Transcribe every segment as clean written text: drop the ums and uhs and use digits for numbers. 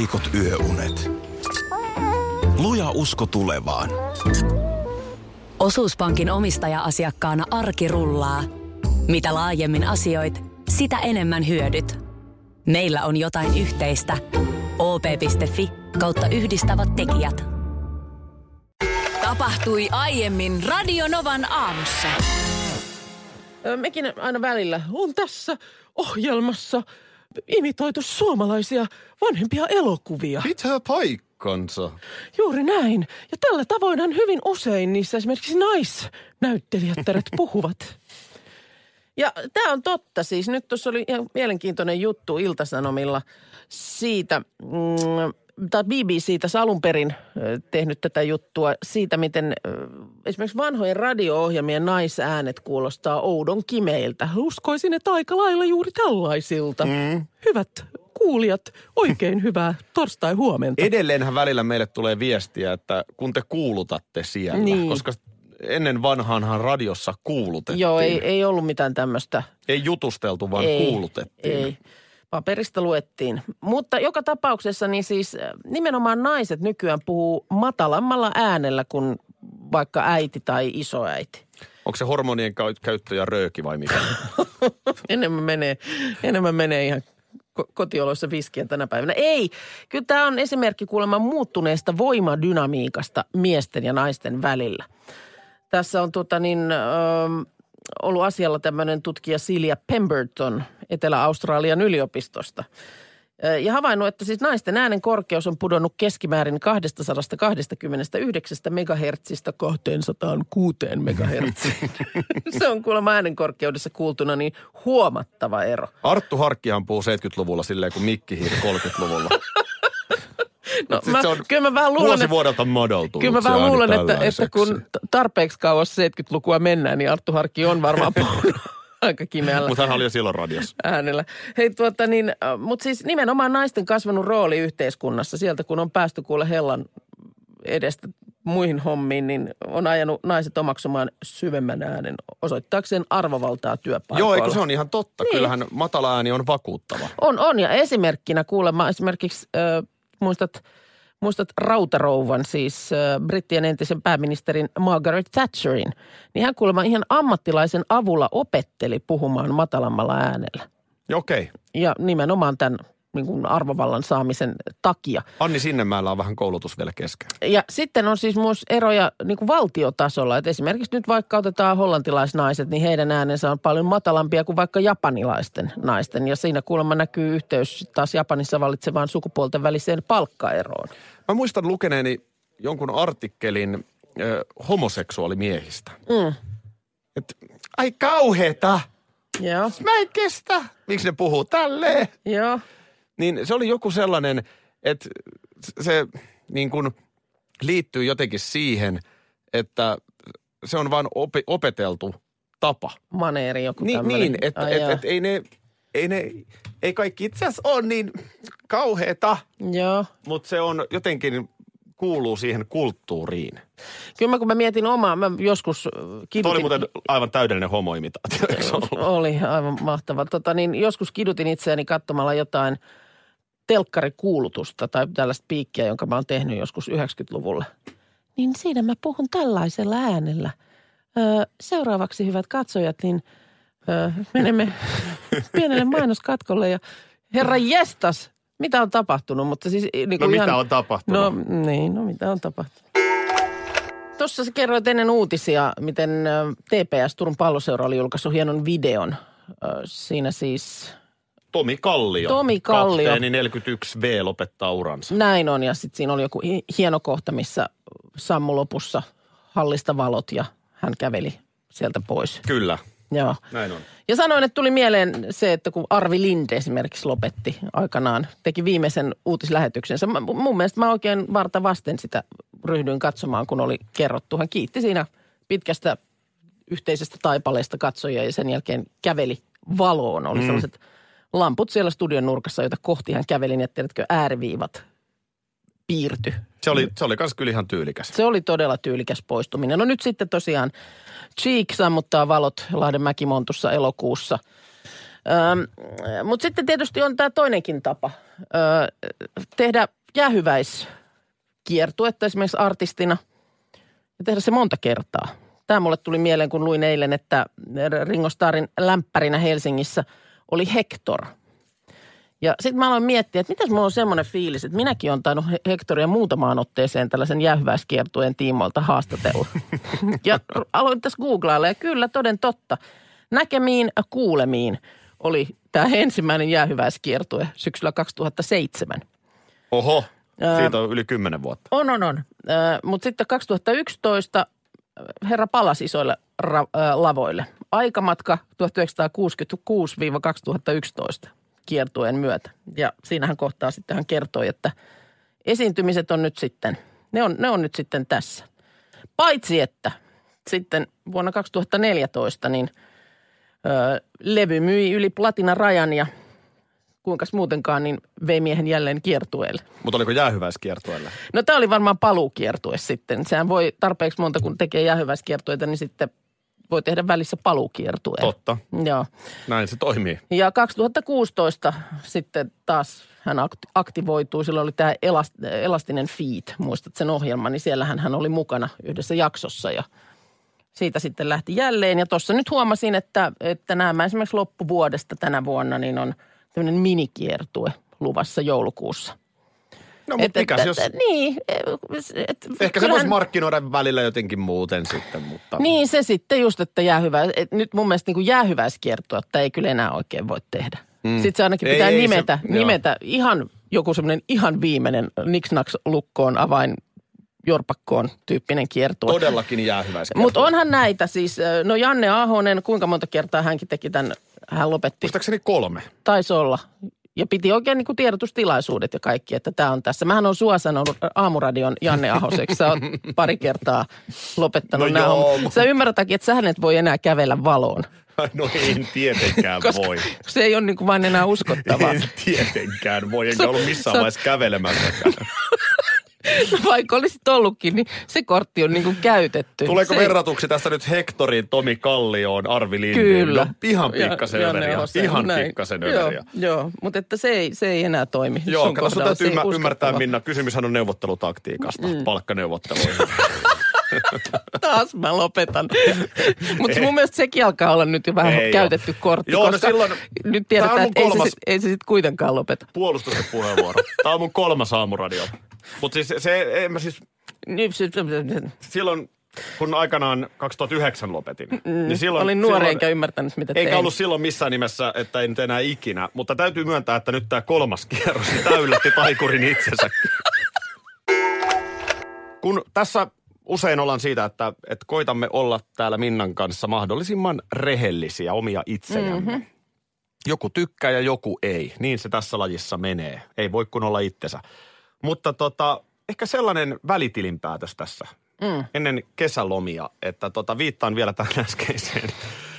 heikot yöunet. Luja usko tulevaan. Osuuspankin omistaja-asiakkaana arki rullaa. Mitä laajemmin asioit, sitä enemmän hyödyt. Meillä on jotain yhteistä. op.fi/yhdistävät tekijät. Tapahtui aiemmin Radio Novan aamussa. Mekin aina välillä on tässä ohjelmassa imitoitu suomalaisia vanhempia elokuvia. Pitää paikkansa. Juuri näin. Ja tällä tavoinhan hyvin usein niissä esimerkiksi naisnäyttelijättäret puhuvat. Ja tämä on totta siis. Nyt tuossa oli ihan mielenkiintoinen juttu Ilta-Sanomilla siitä, tai BBC tässä alun perin tehnyt tätä juttua siitä, miten esimerkiksi vanhojen radio-ohjelmien naisäänet kuulostaa oudon kimeiltä. Uskoisin, että aika lailla juuri tällaisilta. Hyvät kuulijat, oikein hyvää torstai-huomenta. Edelleenhän välillä meille tulee viestiä, että kun te kuulutatte siellä, niin. Koska ennen vanhaanhan radiossa kuulutettiin. Joo, ei ollut mitään tämmöistä. Ei jutusteltu, vaan kuulutettiin. Ei. Paperista luettiin. Mutta joka tapauksessa niin siis nimenomaan naiset nykyään puhuu matalammalla äänellä kuin vaikka äiti tai isoäiti. Onko se hormonien käyttö ja rööki vai mikä? enemmän menee ihan kotioloissa viskiä tänä päivänä. Ei, kyllä tämä on esimerkki kuulemma muuttuneesta voimadynamiikasta miesten ja naisten välillä. Tässä on ollut asialla tämmöinen tutkija Celia Pemberton Etelä-Australian yliopistosta. Ja havainnut, että siis naisten äänen korkeus on pudonnut keskimäärin 229 megahertsistä 206 megahertsiin. Se on kuulemma äänen korkeudessa kuultuna niin huomattava ero. Arttu Harkkihan puhuu 70-luvulla silleen kuin Mikki Hiiri 30-luvulla. No, kyllä mä vähän luulen, vuosi vuodelta madaltunut. Kyllä mä vähän luulen, että kun tarpeeksi kauas 70-lukua mennään, niin Arttu Harkki on varmaan puhunut aika kimeällä. Mutta hän oli jo silloin radiossa. Äänellä. Hei mutta siis nimenomaan naisten kasvanut rooli yhteiskunnassa, sieltä kun on päästy kuule hellan edestä muihin hommiin, niin on ajanut naiset omaksumaan syvemmän äänen osoittaakseen arvovaltaa työpaikoilla. Joo, eikö se on ihan totta. Niin. Kyllähän matala ääni on vakuuttava. On ja esimerkkinä kuulemma esimerkiksi muistat Rautarouvan, siis brittien entisen pääministerin Margaret Thatcherin, niin hän kuulemma ihan ammattilaisen avulla opetteli puhumaan matalammalla äänellä. Okei. Ja nimenomaan tämän niin kuin arvovallan saamisen takia. Anni Sinnemäellä on vähän koulutus vielä kesken. Ja sitten on siis myös eroja niin kuin valtiotasolla, että esimerkiksi nyt vaikka otetaan hollantilaisnaiset, niin heidän äänensä on paljon matalampia kuin vaikka japanilaisten naisten. Ja siinä kuulemma näkyy yhteys taas Japanissa vallitsevaan sukupuolten väliseen palkkaeroon. Mä muistan lukeneeni jonkun artikkelin homoseksuaalimiehistä. Et, ai kauheeta! Joo. Mä en kestä! Miksi ne puhuu tälleen? Joo. Niin se oli joku sellainen, että se niin kuin liittyy jotenkin siihen, että se on vaan opeteltu tapa. Maneeri joku tämmöinen. Niin, että ei kaikki itse asiassa ole niin kauheeta. Joo. Mutta se on jotenkin kuuluu siihen kulttuuriin. Kyllä kun mä mietin omaa, mä joskus kidutin. Tuo oli muuten aivan täydellinen homoimitaatio, eikö se ollut? Oli aivan mahtava. Joskus kidutin itseäni katsomalla jotain telkkarikuulutusta tai tällaista piikkiä, jonka mä oon tehnyt joskus 90-luvulla. Niin siinä mä puhun tällaisella äänellä. Seuraavaksi, hyvät katsojat, niin menemme pienelle mainoskatkolle ja herra jestas, mitä on tapahtunut? Mutta siis, niin kuin mitä on tapahtunut? Mitä on tapahtunut? Tuossa sä kerroit ennen uutisia, miten TPS Turun Palloseura oli julkaissut hienon videon. Siinä siis Tomi Kallio. Kapteeni 41V lopettaa uransa. Näin on, ja sitten siinä oli joku hieno kohta, missä sammu lopussa hallista valot ja hän käveli sieltä pois. Kyllä. Joo. Näin on. Ja sanoin, että tuli mieleen se, että kun Arvi Linde esimerkiksi lopetti aikanaan, teki viimeisen uutislähetyksensä. Mun mielestä mä oikein varta vasten sitä ryhdyin katsomaan, kun oli kerrottu. Hän kiitti siinä pitkästä yhteisestä taipaleesta katsojia ja sen jälkeen käveli valoon. Oli sellaiset lamput siellä studion nurkassa, joita kohti hän käveli, niin tiedätkö, ääriviivat piirty. Se oli kans kyllä ihan tyylikäs. Se oli todella tyylikäs poistuminen. No nyt sitten tosiaan Cheek sammuttaa valot Lahden Mäkimontussa elokuussa. Mutta sitten tietysti on tämä toinenkin tapa tehdä jäähyväiskiertuetta esimerkiksi artistina ja tehdä se monta kertaa. Tämä mulle tuli mieleen, kun luin eilen, että Ringo Starrin lämpärinä Helsingissä oli Hector. Ja sitten mä aloin miettiä, että mitäs mulla on semmoinen fiilis, että minäkin olen tainnut Hectoria muutamaan otteeseen tällaisen jäähyväiskiertueen tiimoilta haastatella. Ja aloin tässä googlailla ja kyllä toden totta. Näkemiin kuulemiin oli tämä ensimmäinen jäähyväiskiertue syksyllä 2007. Oho, siitä on yli 10 vuotta. On. Mutta sitten 2011 herra palasi isoille lavoille. Aikamatka 1966-2011 kiertueen myötä. Ja siinähän kohtaa sitten hän kertoi, että esiintymiset on nyt sitten, ne on nyt sitten tässä. Paitsi että sitten vuonna 2014 niin levy myi yli platinarajan ja kuinkas muutenkaan, niin vei miehen jälleen kiertueelle. Mutta oliko jäähyväiskiertueelle? No tämä oli varmaan paluukiertue sitten. Sehän voi tarpeeksi monta, kun tekee jäähyväiskiertueita, niin sitten voi tehdä välissä paluukiertueen. Totta. Joo. Näin se toimii. Ja 2016 sitten taas hän aktivoitui. Silloin oli tämä Elastinen Feat, muistat sen ohjelman, niin siellähän hän oli mukana yhdessä jaksossa ja siitä sitten lähti jälleen. Ja tuossa nyt huomasin, että nämä esimerkiksi loppuvuodesta tänä vuonna niin on tämmöinen minikiertue luvassa joulukuussa. No mutta mikäs jos... Niin. Ehkä se voisi markkinoida välillä jotenkin muuten sitten, mutta... Niin se sitten just, että nyt mun mielestä niin jäähyväiskiertuetta ei kyllä enää oikein voi tehdä. Sitten se ainakin pitää nimetä ihan joku semmoinen ihan viimeinen niksnaks-lukkoon avain jorpakkoon tyyppinen kiertue. Todellakin jäähyväiskiertue. Mutta onhan näitä siis, no Janne Ahonen, kuinka monta kertaa hänkin teki tämän, hän lopetti. Muistaakseni 3. Taisi olla. Ja piti oikein niin kuin tiedotustilaisuudet ja kaikki, että tämä on tässä. Mähän on sua sanonut Aamuradion Janne Ahoseksi. Sä oot pari kertaa lopettanut nämä hommat. Sä ymmärrätäkin, että sähän et voi enää kävellä valoon. No en tietenkään voi. Se ei ole niin kuin vain enää uskottavaa. En tietenkään voi, enkä ollut missään vaiheessa kävelemässäkään. No vaikka olisit ollutkin, niin se kortti on niin kuin käytetty. Tuleeko verratuksi tässä nyt Hectoriin, Tomi Kallioon, Arvi Lindeen? Kyllä. No, ihan pikkasen överiä. Ihan pikkasen överiä. Joo, mutta että se ei enää toimi. Joo, kato, sun täytyy ymmärtää, Minna. Kysymyshän on neuvottelutaktiikasta, palkkaneuvotteluihin. Taas mä lopetan. Mutta mun mielestä sekin alkaa olla nyt jo vähän käytetty kortti, joo, koska silloin, nyt tiedetään, että ei se sitten kuitenkaan lopeta. Puolustuspuheenvuoro. Tämä on mun 3. Aamuradio. Mutta siis silloin, kun aikanaan 2009 lopetin, niin silloin... Olin nuori enkä ymmärtänyt, mitä tein. Eikä ollut silloin missään nimessä, että ei nyt enää ikinä. Mutta täytyy myöntää, että nyt tämä 3. kierros niin tämä yllätti taikurin itsensäkin. Kun tässä usein ollaan siitä, että koitamme olla täällä Minnan kanssa mahdollisimman rehellisiä omia itsejämme. Mm-hmm. Joku tykkää ja joku ei. Niin se tässä lajissa menee. Ei voi kun olla itsensä. Mutta ehkä sellainen välitilinpäätös tässä ennen kesälomia, että viittaan vielä tähän äskeiseen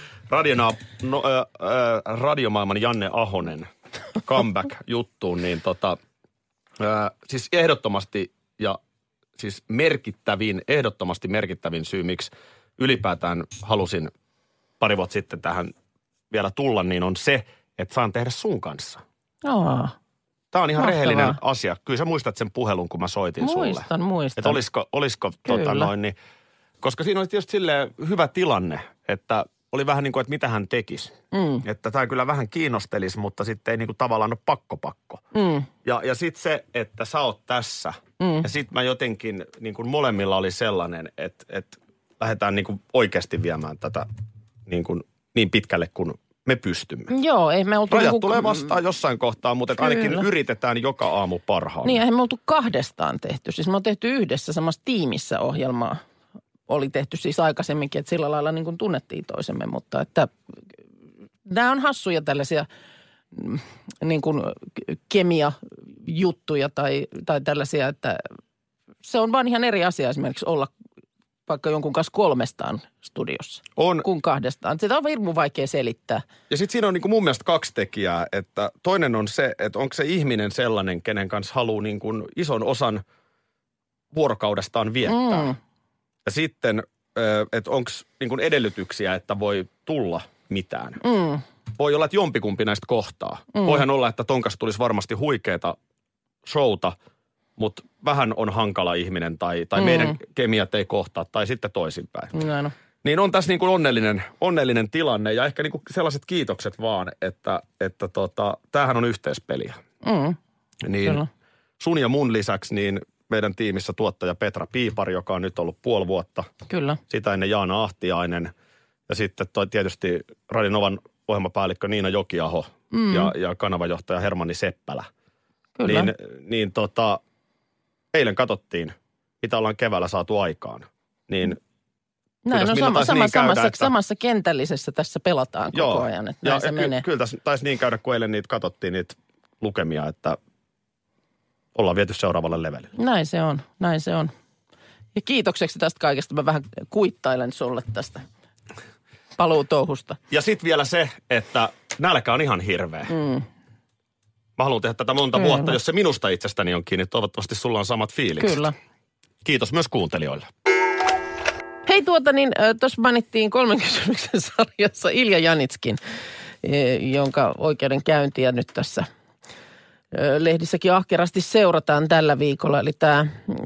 radiomaailman Janne Ahonen comeback-juttuun, niin siis ehdottomasti ja siis ehdottomasti merkittävin syy, miksi ylipäätään halusin pari vuotta sitten tähän vielä tulla, niin on se, että saan tehdä sun kanssa. Tämä on ihan rehellinen asia. Kyllä sä muistat sen puhelun, kun mä soitin sulle. Muistan. Että olisiko koska siinä oli tietysti silleen hyvä tilanne, että oli vähän niin kuin, että mitä hän tekisi. Että tämä kyllä vähän kiinnostelisi, mutta sitten ei niin kuin tavallaan ole pakko. Ja sitten se, että sä oot tässä. Ja sitten mä jotenkin, niin kuin molemmilla oli sellainen, että lähdetään niin kuin oikeasti viemään tätä niin pitkälle kuin me pystymme. Joo, ei me oltu... Rajat tulee vastaan jossain kohtaa, mutta ainakin yritetään joka aamu parhaamme. Niin, eihän me oltu 2 tehty. Siis me on tehty yhdessä samassa tiimissä ohjelmaa. Oli tehty siis aikaisemminkin, että sillä lailla niin kuin tunnettiin toisemme, mutta että nämä on hassuja tällaisia niin kuin kemia-juttuja tai tällaisia, että se on vaan ihan eri asia esimerkiksi olla vaikka jonkun kanssa 3 studiossa kuin 2. Sitä on hirmu vaikea selittää. Ja sitten siinä on niin kuin mun mielestä 2 tekijää, että toinen on se, että onko se ihminen sellainen, kenen kanssa haluaa niin kuin ison osan vuorokaudestaan viettää. Ja sitten, että onko niin kuin edellytyksiä, että voi tulla mitään. Voi olla, että jompikumpi näistä kohtaa. Voihan olla, että ton kanssa tulisi varmasti huikeeta showta, mutta vähän on hankala ihminen tai meidän kemiat ei kohtaa tai sitten toisinpäin. No. Niin on tässä niin kuin onnellinen tilanne ja ehkä niin kuin sellaiset kiitokset vaan, että tämähän on yhteispeliä. Niin kyllä. Sun ja mun lisäksi niin meidän tiimissä tuottaja Petra Piipari, joka on nyt ollut puoli vuotta. Kyllä. Sitä ennen Jaana Ahtiainen ja sitten tietysti Radio Novan ohjelmapäällikkö Niina Jokiaho ja kanavajohtaja Hermanni Seppälä. Kyllä. Niin eilen katsottiin, mitä ollaan keväällä saatu aikaan. Niin näin on samassa kentällisessä tässä pelataan koko ajan, että näin se menee. Kyllä tässä taisi niin käydä, kun eilen niitä katsottiin, niitä lukemia, että ollaan viety seuraavalle levelille. Näin se on. Ja kiitokseksi tästä kaikesta mä vähän kuittailen sulle tästä paluutouhusta. Ja sitten vielä se, että nälkä on ihan hirveä. Mä haluan tehdä tätä monta vuotta, jos se minusta itsestäni on kiinni. Toivottavasti sulla on samat fiilikset. Kyllä. Kiitos myös kuuntelijoille. Hei tuossa mainittiin 3 kysymyksen sarjassa Ilja Janitskin, jonka oikeudenkäyntiä nyt tässä lehdissäkin ahkerasti seurataan tällä viikolla. Eli tämä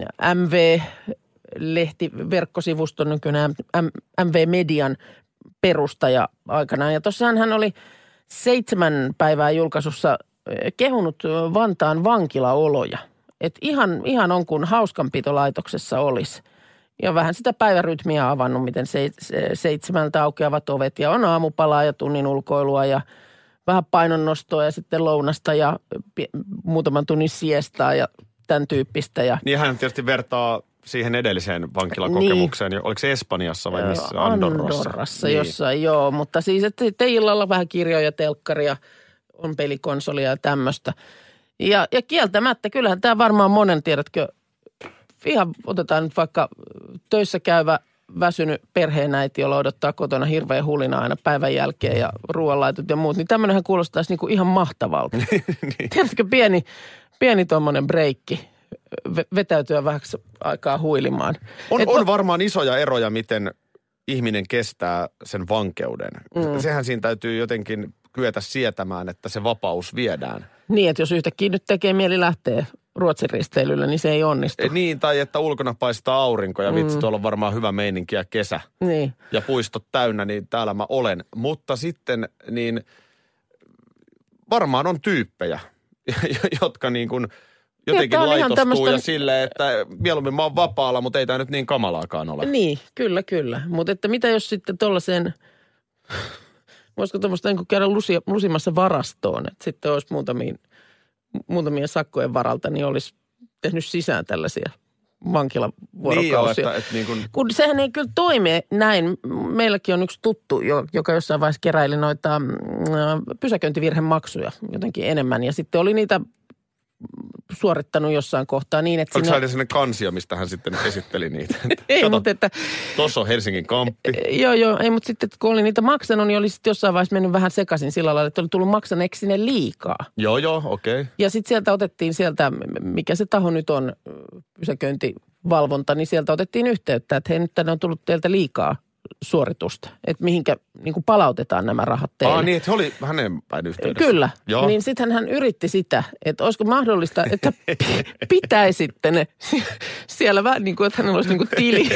MV-lehti, verkkosivuston nykyinen MV-median perustaja aikanaan. Ja tosiaan hän oli 7 päivää julkaisussa kehunut Vantaan vankilaoloja. Että ihan on kuin hauskanpitolaitoksessa olisi. Ja vähän sitä päivärytmiä avannut, miten 7 aukeavat ovet ja on aamupalaa ja tunnin ulkoilua ja vähän painonnostoa ja sitten lounasta ja muutaman tunnin siestaa ja tämän tyyppistä. Niin hän tietysti vertaa siihen edelliseen vankilakokemukseen. Niin. Oliko se Espanjassa vai missä? Andorrassa niin. Jossain, joo. Mutta siis, että illalla vähän kirjoja, telkkaria, on pelikonsolia ja tämmöistä. Ja kieltämättä, kyllähän tämä varmaan monen, tiedätkö, ihan otetaan nyt vaikka töissä käyvä väsynyt perheenäiti, jolla odottaa kotona hirveän hulina aina päivän jälkeen ja ruoanlaitot ja muut, niin tämmöinenhän kuulostaisi niinku ihan mahtavalta. niin. Tiedätkö, pieni tommoinen breikki, vetäytyä vähäksi aikaa huilimaan. On varmaan isoja eroja, miten ihminen kestää sen vankeuden. Sehän siinä täytyy jotenkin kyetä sietämään, että se vapaus viedään. Niin, että jos yhtäkkiä nyt tekee mieli lähteä Ruotsin risteilyllä, niin se ei onnistu. Niin, tai että ulkona paistaa aurinko ja vitsi, tuolla on varmaan hyvä meininki ja kesä. Niin. Ja puistot täynnä, niin täällä mä olen. Mutta sitten niin varmaan on tyyppejä, jotka niin kuin jotenkin laitostuu ja silleen, että mieluummin mä oon vapaalla, mutta ei tää nyt niin kamalaakaan ole. Niin, kyllä. Mutta että mitä jos sitten tollaiseen, voisiko tuommoista niin kuin käydä lusimassa varastoon, että sitten olisi muutamien sakkojen varalta, niin olisi tehnyt sisään tällaisia vankilavuorokausia. Niin että niin kuin kun sehän ei kyllä toimi näin. Meilläkin on yksi tuttu, joka jossain vaiheessa keräili noita pysäköintivirhemaksuja jotenkin enemmän. Ja sitten oli niitä suorittanut jossain kohtaa niin, että oliko se sellainen kansio, mistä hän sitten esitteli niitä? Ei, mutta että tuossa on Helsingin kamppi. Joo, ei, mutta sitten kun oli niitä maksanut, niin oli sitten jossain vaiheessa mennyt vähän sekaisin sillä lailla, että oli tullut maksaneeksi sinne liikaa. Joo, okei. Okay. Ja sitten sieltä otettiin mikä se taho nyt on, pysäköintivalvonta, niin sieltä otettiin yhteyttä, että hei, nyt tänne on tullut teiltä liikaa suoritusta, että mihinkä niin kuin palautetaan nämä rahat teille. Niin, että he oli hänen päin yhteydessä. Kyllä, joo. Niin sitten hän yritti sitä, että olisiko mahdollista, että pitäisitte ne siellä vähän niin kuin, että hänellä olisi niin kuin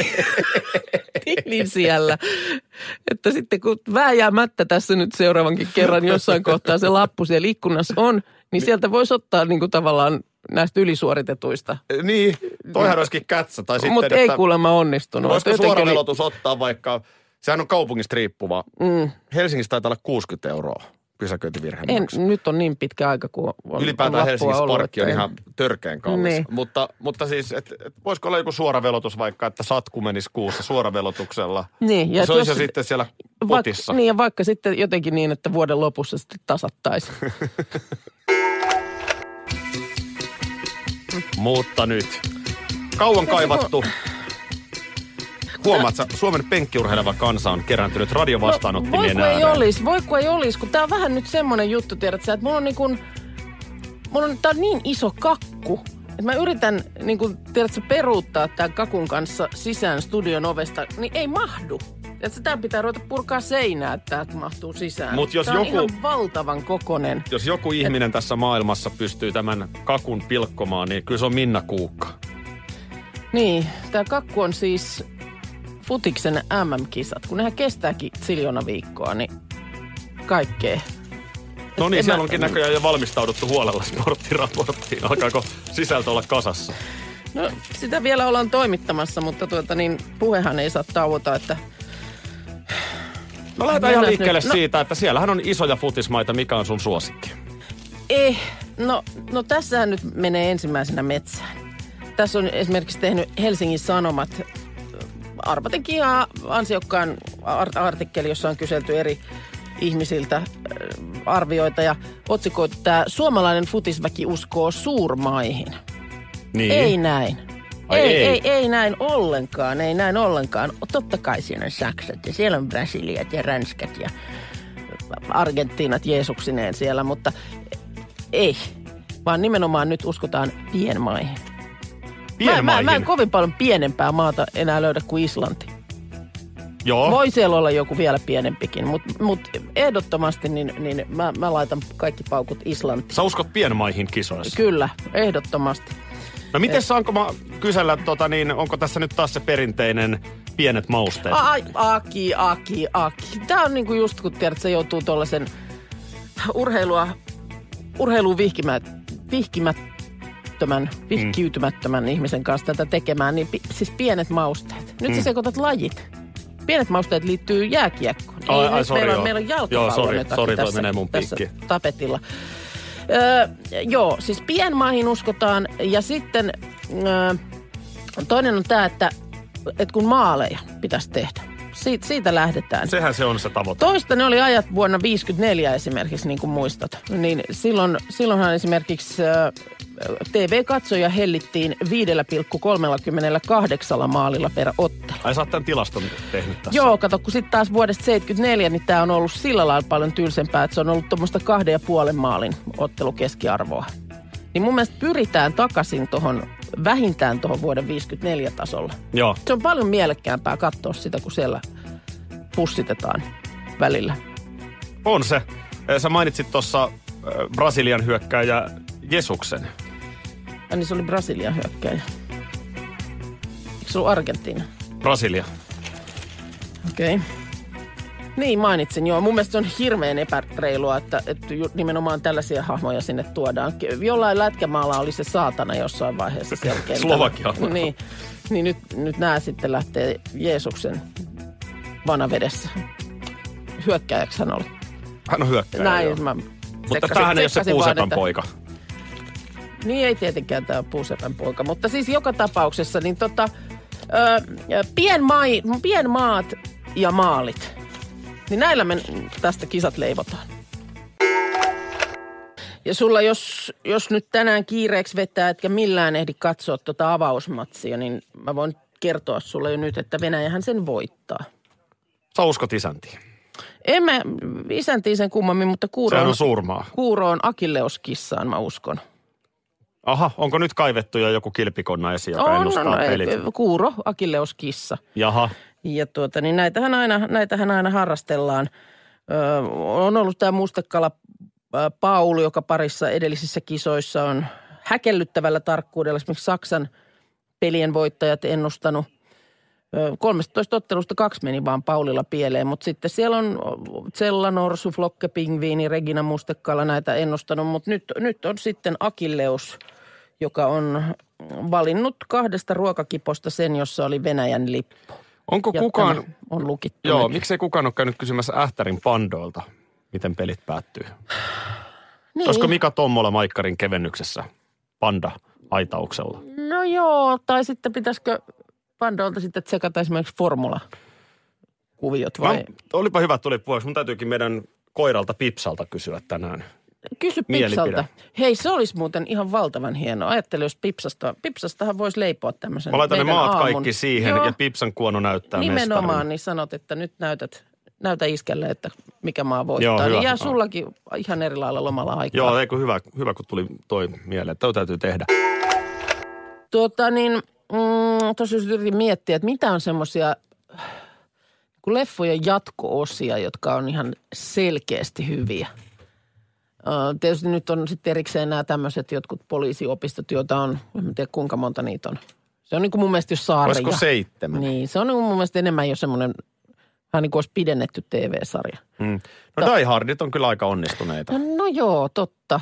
tili siellä. Että sitten kun vääjäämättä tässä nyt seuraavankin kerran jossain kohtaa se lappu siellä ikkunassa on, niin sieltä voisi ottaa niin kuin tavallaan näistä ylisuoritetuista. Niin, toihan olisikin kätsä. Mutta ei kuulemma onnistunut. Voisiko suoravelotus ottaa vaikka, sehän on kaupungista riippuva. Helsingissä taitaa olla 60 € pysäköintivirhemaksu. Nyt on niin pitkä aika, kun on ylipäätään Helsingissä parkki on ihan törkeän kallis. Niin. Mutta siis, että voisiko olla joku suoravelotus vaikka, että satku menisi kuussa suoravelotuksella. Niin. Ja se olisi jo sitten siellä potissa. Niin, ja vaikka sitten jotenkin niin, että vuoden lopussa sitten tasattaisi. Mutta nyt. Kauan kaivattu. Huomaat sä, Suomen penkkiurheileva kansa on kerääntynyt radiovastaanottimien ääreen. Voi kun ei olisi, kun tää on vähän nyt semmoinen juttu, tiedät sä, että mulla on tää on niin iso kakku, että mä yritän niin kuin, tiedät sä, peruuttaa tämän kakun kanssa sisään studion ovesta, niin ei mahdu. Että sitä pitää ruveta purkaa seinää, että täältä mahtuu sisään. Mut jos tämä on joku, ihan valtavan kokonen. Jos joku ihminen tässä maailmassa pystyy tämän kakun pilkkomaan, niin kyllä se on Minna Kuukka. Niin, tämä kakku on siis futiksen MM-kisat. Kun nehän kestääkin siljona viikkoa, niin kaikkea. No niin, siellä onkin näköjään jo valmistauduttu huolella sporttiraporttiin. Alkaako sisältö olla kasassa? No, sitä vielä ollaan toimittamassa, mutta puhehan ei saa tauota, että... No lähdetään ihan liikkeelle siitä, että siellähän on isoja futismaita. Mikä on sun suosikki? No tässähän nyt menee ensimmäisenä metsään. Tässä on esimerkiksi tehnyt Helsingin Sanomat arvatenkin ihan ansiokkaan artikkeli, jossa on kyselty eri ihmisiltä arvioita ja otsikoitu tämä suomalainen futisväki uskoo suurmaihin. Niin. Ei näin. Ei näin ollenkaan, ei näin ollenkaan. Totta kai siinä on Saksat ja siellä on Brasiliat ja Ranskat ja Argentiinat Jeesuksineen siellä, mutta ei. Vaan nimenomaan nyt uskotaan pienmaihin. Mä en kovin paljon pienempää maata enää löydä kuin Islanti. Joo. Voi siellä olla joku vielä pienempikin, mutta ehdottomasti niin mä laitan kaikki paukut Islantiin. Sä uskot pienmaihin kisoissa? Kyllä, ehdottomasti. No miten saanko mä kysellä, onko tässä nyt taas se perinteinen pienet mausteet? Aki. Tää on niinku just kun tiedät, se joutuu tuollaisen urheiluun vihkiytymättömän ihmisen kanssa tätä tekemään, niin siis pienet mausteet. Nyt sä sekoitat lajit. Pienet mausteet liittyy jääkiekkoon. Meillä on jalkapallo tässä tapetilla. Siis pienmaihin uskotaan ja sitten toinen on tämä, että kun maaleja pitäisi tehdä. Siitä lähdetään. Sehän se on se tavoite. Toista ne oli ajat vuonna 1954 esimerkiksi, niin kuin muistat. Niin silloinhan esimerkiksi TV-katsoja hellittiin 5,38 maalilla per ottelu. Ai sä oot tämän tilaston tehnyt tässä. Joo, kato, kun sitten taas vuodesta 1974, niin tämä on ollut sillä lailla paljon tylsempää, että se on ollut tuommoista 2,5 maalin ottelukeskiarvoa. Niin mun mielestä pyritään takaisin vähintään tuohon vuoden 1954 tasolla. Joo. Se on paljon mielekkäämpää katsoa sitä, kun siellä pussitetaan välillä. On se. Sä mainitsit tuossa Brasilian hyökkääjä Jesuksen. Niin se oli Brasilian hyökkääjä. Eikö se ollut Argentiina? Brasilia. Okei. Niin mainitsin, joo. Mun mielestä se on hirveän epäreilua, että nimenomaan tällaisia hahmoja sinne tuodaan. Jollain lätkämaalla oli se saatana jossain vaiheessa siellä kentällä. Slovakialla. Niin nyt nämä sitten lähtee Jeesuksen vanavedessä. Hyökkääjäksi hän oli. Hän on hyökkääjä. Näin, mutta tämähän ei ole se puusepän poika. Niin ei tietenkään tämä puusepän poika, mutta siis joka tapauksessa niin pienmaat ja maalit. Niin näillä me tästä kisat leivotaan. Ja sulla, jos nyt tänään kiireeksi vetää, etkä millään ehdi katsoa avausmatsia, niin mä voin kertoa sulle jo nyt, että Venäjähän sen voittaa. Sä uskot isäntiin? En mä isäntiin sen kummemmin, mutta Kuuro on Akilleuskissaan, mä uskon. Aha, onko nyt kaivettu jo joku kilpikonna esiin, joka ennustaa pelit? Kuuro, Akilleuskissa. Jaha. Ja niin näitähän aina harrastellaan. On ollut tämä mustekala Paul, joka parissa edellisissä kisoissa on häkellyttävällä tarkkuudella esimerkiksi Saksan pelien voittajat ennustanut. 13 ottelusta 2 meni vaan Paulilla pieleen, mutta sitten siellä on Tsella, Norsu, Flokke, Pingviini, Regina Mustekala näitä ennustanut, mutta nyt on sitten Akilleus, joka on valinnut 2 ruokakiposta sen, jossa oli Venäjän lippu. Onko kukaan on lukittu? Joo, miksei kukaan ole käynyt kysymässä Ähtärin pandoilta, miten pelit päättyy? Niin. Olisiko Mika Tommola Maikkarin kevennyksessä panda-aitauksella? No joo, tai sitten pitäisikö pandoilta sitten tsekata esimerkiksi formula-kuviot vai? No, olipa hyvä, tuli puheeksi. Mun täytyykin meidän koiralta Pipsalta kysyä tänään. Kysy Pipsalta. Hei, se olisi muuten ihan valtavan hienoa. Ajattele, jos Pipsastahan voisi leipoa tämmöisen. Mä laitan ne maat aamun kaikki siihen ja Pipsan kuono näyttää nimenomaan, mestarin. Niin sanot, että nyt näytä iskälle, että mikä maa voittaa. Joo, niin jää sullakin ihan eri lailla lomalla aikaa. Joo, eikö hyvä, kun tuli toi mieleen. Toi täytyy tehdä. Tosiaan yritin miettiä, että mitä on semmoisia kuin leffojen jatko-osia, jotka on ihan selkeästi hyviä. Tietysti nyt on sitten erikseen nämä tämmöiset jotkut poliisiopistot, joita on, en tiedä kuinka monta niitä on. Se on niin kuin mun mielestä jo sarja. Olisiko 7? Niin, se on niin kuin mun mielestä enemmän jo semmoinen, vähän niin kuin olisi pidennetty TV-sarja. No Die Hardit on kyllä aika onnistuneita. No joo, totta.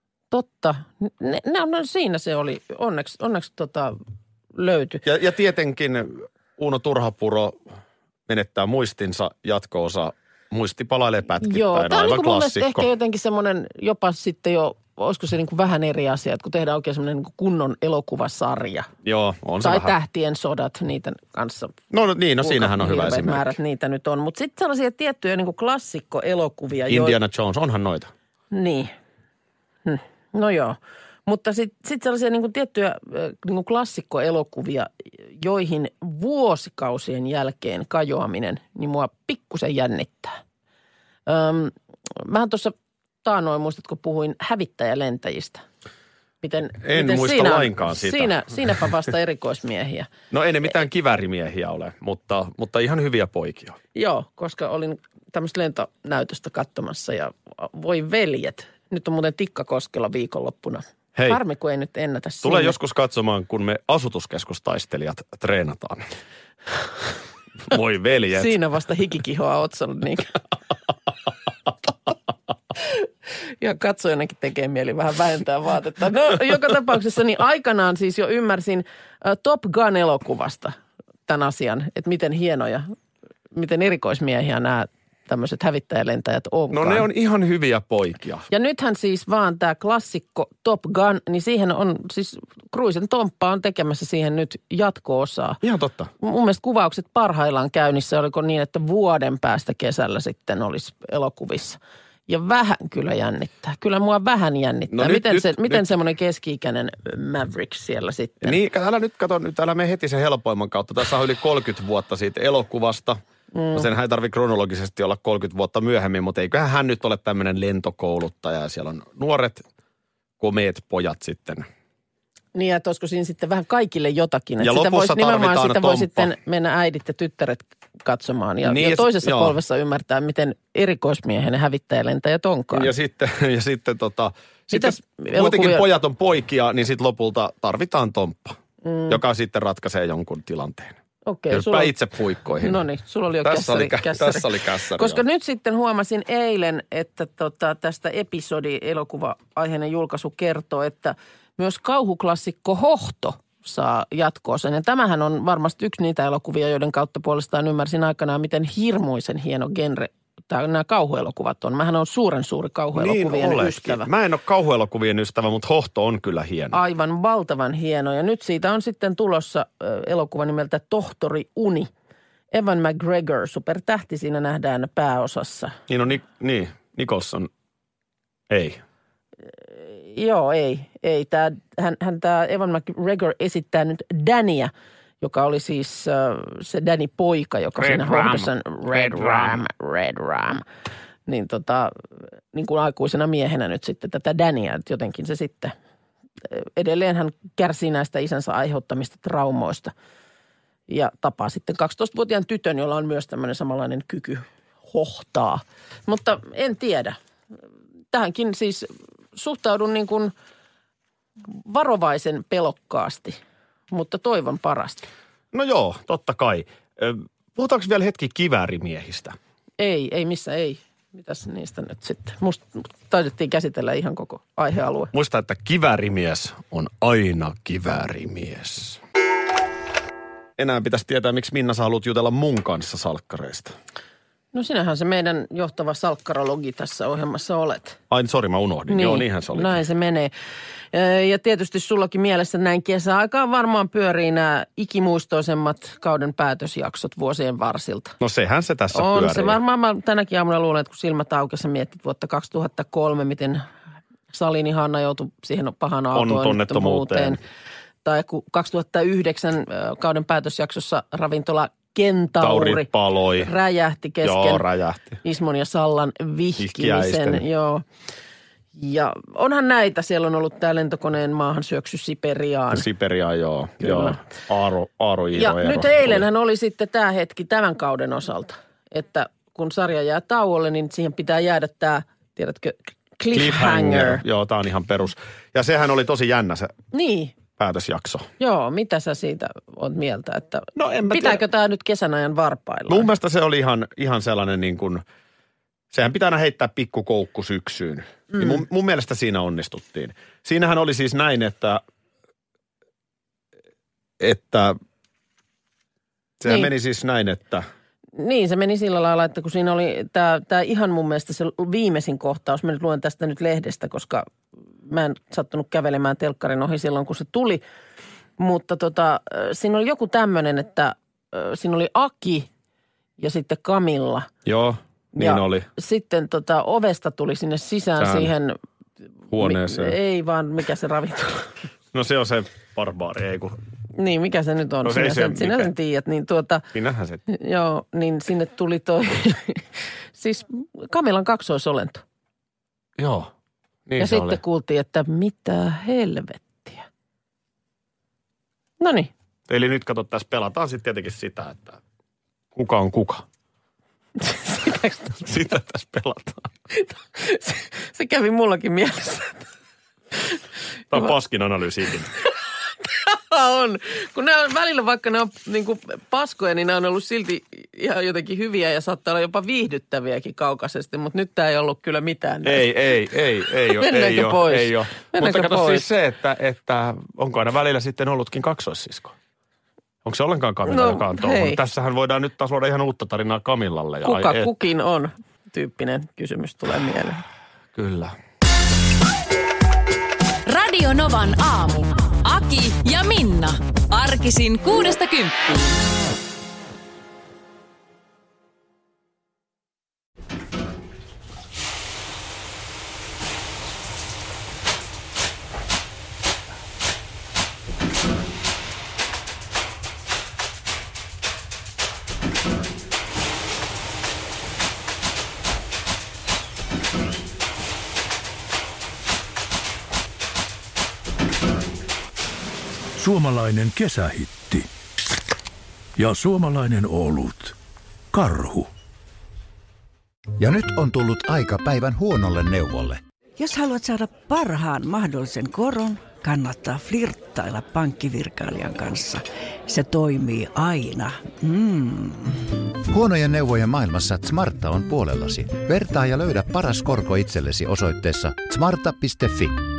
No siinä se oli, onneksi löytyi. Ja tietenkin Uno Turhapuro menettää muistinsa, jatko-osa. Muisti palailee pätkittäin, joo, tämä on aivan niin mun mielestä klassikko. ehkä jotenkin semmoinen jopa sitten jo, olisiko se niin kuin vähän eri asia, että kun tehdään oikein semmoinen niin kuin kunnon elokuvasarja. Joo, on se tai vähän. Tähtien sodat, niiden kanssa. No niin, no siinähän on hyvä esimerkki. Määrät niitä nyt on, mutta sitten sellaisia tiettyjä niin kuin klassikkoelokuvia. Indiana Jones, onhan noita. Niin. No joo. Mutta sitten sellaisia niin kuin tiettyjä niin kuin klassikkoelokuvia, joihin vuosikausien jälkeen kajoaminen, niin mua pikkusen jännittää. Mähän tuossa taannoin, muistatko, puhuin hävittäjälentäjistä. En muista lainkaan sitä. Siinäpä vasta erikoismiehiä. No ei ne mitään kiväärimiehiä ole, mutta ihan hyviä poikia. Joo, koska olin tämmöistä lentonäytöstä katsomassa ja voi veljet. Nyt on muuten Tikkakoskella viikonloppuna. Hei, harmi, kun ei nyt ennätä sinne. Tule joskus katsomaan, kun me asutuskeskustaistelijat treenataan. Voi veljet. Siinä vasta hikikihoa otsalla niin. Ja katsojanakin tekee mieli vähän vähentää vaatetta. No joka tapauksessa niin aikanaan siis jo ymmärsin Top Gun-elokuvasta tämän asian, että miten hienoja, miten erikoismiehiä nämä tämmöiset hävittäjälentäjät onkaan. No ne on ihan hyviä poikia. Ja nythän siis vaan tämä klassikko Top Gun, niin siihen on siis Cruisen Tomppa on tekemässä siihen nyt jatko-osaa. Ihan totta. Mun mielestä kuvaukset parhaillaan käynnissä, oliko niin, että vuoden päästä kesällä sitten olisi elokuvissa. Ja vähän kyllä jännittää. Kyllä mua vähän jännittää. No miten semmoinen keski-ikäinen Maverick siellä sitten? Niin, älä mene heti sen helpoimman kautta. Tässä on yli 30 vuotta siitä elokuvasta. No senhän ei tarvitse kronologisesti olla 30 vuotta myöhemmin, mutta eiköhän hän nyt ole tämmöinen lentokouluttaja ja siellä on nuoret, komeet pojat sitten. Niin, että olisiko siinä sitten vähän kaikille jotakin. Ja sitä lopussa tarvitaan sitä voi sitten mennä äidit ja tyttäret katsomaan. Ja, niin, ja toisessa polvessa ymmärtää, miten erikoismiehen hävittäjälentäjät onkaan. Ja sitten kuitenkin pojat on poikia, niin sitten lopulta tarvitaan Tomppa, joka sitten ratkaisee jonkun tilanteen. Okei, Hyppää itse puikkoihin. No niin, sulla oli jo Tässä oli kässäri. Koska joo. nyt sitten huomasin eilen, että tästä episodi-elokuva-aiheinen julkaisu kertoo, että myös kauhuklassikko Hohto saa jatko-osan. Ja tämähän on varmasti yksi niitä elokuvia, joiden kautta puolestaan ymmärsin aikanaan, miten hirmuisen hieno genre nämä kauhuelokuvat on. Mähän on suuren suuri kauhuelokuvien niin ystävä. Mä en ole kauhuelokuvien ystävä, mutta Hohto on kyllä hieno. Aivan valtavan hieno. Ja nyt siitä on sitten tulossa elokuva nimeltä Tohtori Uni. Evan McGregor, supertähti, siinä nähdään pääosassa. Niin on Nicholson. Ei. Joo, ei. Tämä Evan McGregor esittää nyt Dania, joka oli siis se Danny-poika, joka siinä hohdossa Red Ram. Niin kuin aikuisena miehenä nyt sitten tätä Dania, että jotenkin se sitten edelleen hän kärsii näistä isänsä aiheuttamista traumoista. Ja tapaa sitten 12-vuotiaan tytön, jolla on myös tämmöinen samanlainen kyky hohtaa. Mutta en tiedä. Tähänkin siis suhtaudun niin kuin varovaisen pelokkaasti, mutta toivon parasta. No joo, totta kai. Puhutaanko vielä hetki kiväärimiehistä? Ei missä ei. Mitäs niistä nyt sitten? Musta taidettiin käsitellä ihan koko aihealue. Muista, että kiväärimies on aina kiväärimies. Enää pitäisi tietää, miksi Minna sä haluat jutella mun kanssa salkkareista. No sinähän se meidän johtava salkkarologi tässä ohjelmassa olet. Ai, sori, mä unohdin. Niin, joo, niinhän se oli. Näin se menee. Ja tietysti sullakin mielessä näin kesäaikaan varmaan pyörii nämä ikimuistoisemmat kauden päätösjaksot vuosien varsilta. No sehän se tässä on pyörii. On se varmaan, mä tänäkin aamuna luulen, että kun silmät aukesi mietit vuotta 2003, miten Salini Hanna joutui siihen pahan onnettomuuteen. Tai kun 2009 kauden päätösjaksossa ravintola Kentauri paloi. Räjähti kesken Ismon ja Sallan vihkimisen. Joo. Ja onhan näitä, siellä on ollut tämä lentokoneen maahan syöksy Siperiaan. Siperiaan, joo. Aaro Iiro. Ja nyt eilenhän oli sitten tämä hetki tämän kauden osalta. että kun sarja jää tauolle, niin siihen pitää jäädä tämä, tiedätkö, cliffhanger. Joo, tämä on ihan perus. Ja sehän oli tosi jännä se päätösjakso. Joo, mitä sä siitä oot mieltä, että pitääkö tiedä. Tämä nyt kesän ajan varpaillaan? Mun mielestä se oli ihan sellainen niin kuin, sehän pitää aina heittää pikkukoukku syksyyn. Niin mun mielestä siinä onnistuttiin. Siinähän oli siis näin, että sehän meni siis näin, että... Niin, se meni sillä lailla, että kun siinä oli tämä ihan mun mielestä se viimeisin kohtaus. Mä nyt luen tästä nyt lehdestä, koska mä en sattunut kävelemään telkkarin ohi silloin, kun se tuli. Mutta siinä oli joku tämmöinen, että siinä oli Aki ja sitten Camilla. Joo, niin ja oli. Sitten ovesta tuli sinne sisään siihen... Huoneeseen. Ei vaan, mikä se ravintola. No se on se barbaari, ei kun... Niin, mikä se nyt on? No, sinä sen tiedät. Niin minähän se. Joo, niin sinne tuli siis Camillan kaksoisolento. Joo, niin ja se sitten kuultiin, että mitä helvettiä. Noniin. Eli nyt kato, tässä pelataan sitten tietenkin sitä, että kuka on kuka. Sitä tässä pelataan. Se kävi mullakin mielessä. Tämä on paskin analyysiikin. On. Kun ne on välillä, vaikka ne on niin kuin paskoja, niin ne on ollut silti ihan jotenkin hyviä ja saattaa olla jopa viihdyttäviäkin kaukaisesti, mutta nyt tämä ei ollut kyllä mitään. Ei ole. Mennäänkö pois? Ei ole. Mutta kato siis se, että onko aina välillä sitten ollutkin kaksoissisko? Onko se ollenkaan Camilla, joka on touhun? Tässähän voidaan nyt taas luoda ihan uutta tarinaa Camillalle. Ja kuka kukin on? Tyyppinen kysymys tulee mieleen. Kyllä. Radio Novan aamu. Aki ja Minna. Arkisin 6–10. Suomalainen kesähitti. Ja suomalainen olut. Karhu. Ja nyt on tullut aika päivän huonolle neuvolle. Jos haluat saada parhaan mahdollisen koron, kannattaa flirttailla pankkivirkailijan kanssa. Se toimii aina. Huonojen neuvojen maailmassa Smarta on puolellasi. Vertaa ja löydä paras korko itsellesi osoitteessa smarta.fi.